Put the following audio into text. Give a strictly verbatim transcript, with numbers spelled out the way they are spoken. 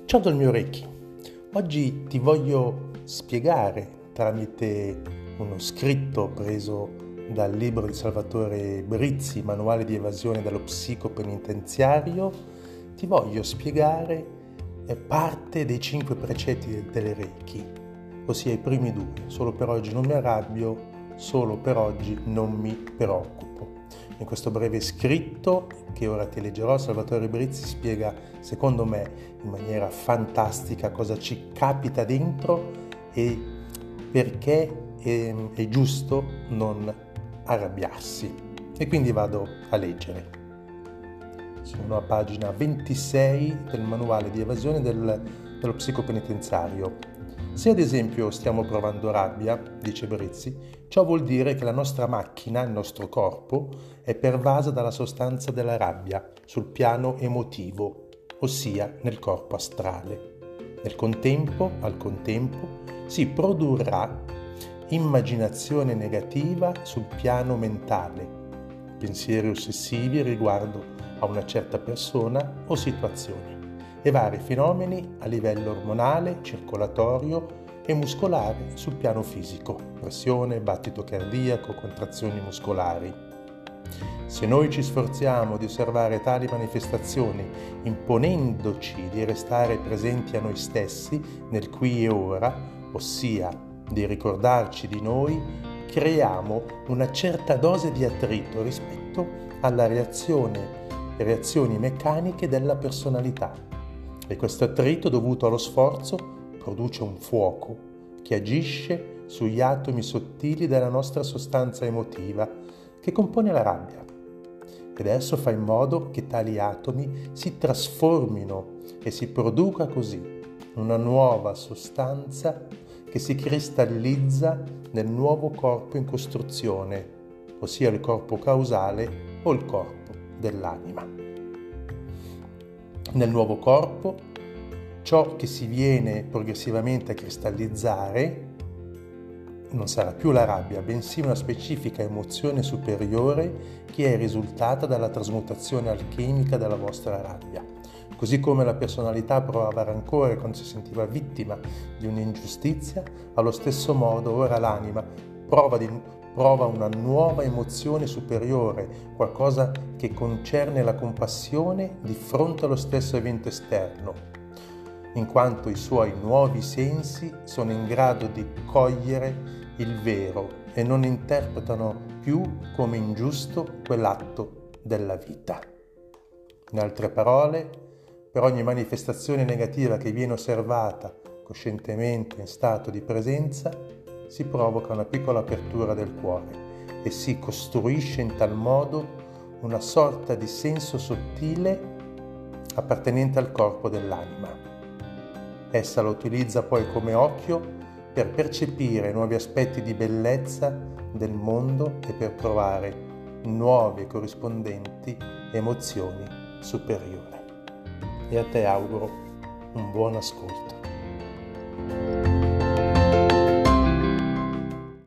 Ciao dal mio Reiki. Oggi ti voglio spiegare tramite uno scritto preso dal libro di Salvatore Brizzi, Manuale di evasione dallo psicopenitenziario, ti voglio spiegare parte dei cinque precetti del Telereiki, ossia i primi due. Solo per oggi non mi arrabbio, solo per oggi non mi preoccupo. In questo breve scritto che ora ti leggerò, Salvatore Brizzi spiega, secondo me, in maniera fantastica cosa ci capita dentro e perché è, è giusto non arrabbiarsi. E quindi vado a leggere. Sono a pagina ventisei del manuale di evasione del, dello psicopenitenziario. Se ad esempio stiamo provando rabbia, dice Brizzi, ciò vuol dire che la nostra macchina, il nostro corpo, è pervasa dalla sostanza della rabbia sul piano emotivo, ossia nel corpo astrale. Nel contempo, al contempo, si produrrà immaginazione negativa sul piano mentale, pensieri ossessivi riguardo a una certa persona o situazione, e vari fenomeni a livello ormonale, circolatorio e muscolare sul piano fisico, pressione, battito cardiaco, contrazioni muscolari. Se noi ci sforziamo di osservare tali manifestazioni imponendoci di restare presenti a noi stessi nel qui e ora, ossia di ricordarci di noi, creiamo una certa dose di attrito rispetto alla reazione, reazioni meccaniche della personalità. E questo attrito dovuto allo sforzo produce un fuoco che agisce sugli atomi sottili della nostra sostanza emotiva che compone la rabbia. Ed esso fa in modo che tali atomi si trasformino e si produca così una nuova sostanza che si cristallizza nel nuovo corpo in costruzione, ossia il corpo causale o il corpo dell'anima. Nel nuovo corpo, ciò che si viene progressivamente a cristallizzare non sarà più la rabbia, bensì una specifica emozione superiore che è risultata dalla trasmutazione alchemica della vostra rabbia. Così come la personalità provava rancore quando si sentiva vittima di un'ingiustizia, allo stesso modo ora l'anima prova, di, prova una nuova emozione superiore, qualcosa che concerne la compassione di fronte allo stesso evento esterno, in quanto i suoi nuovi sensi sono in grado di cogliere il vero e non interpretano più come ingiusto quell'atto della vita. In altre parole, per ogni manifestazione negativa che viene osservata coscientemente in stato di presenza, si provoca una piccola apertura del cuore e si costruisce in tal modo una sorta di senso sottile appartenente al corpo dell'anima. Essa lo utilizza poi come occhio per percepire nuovi aspetti di bellezza del mondo e per provare nuove corrispondenti emozioni superiori. E a te auguro un buon ascolto.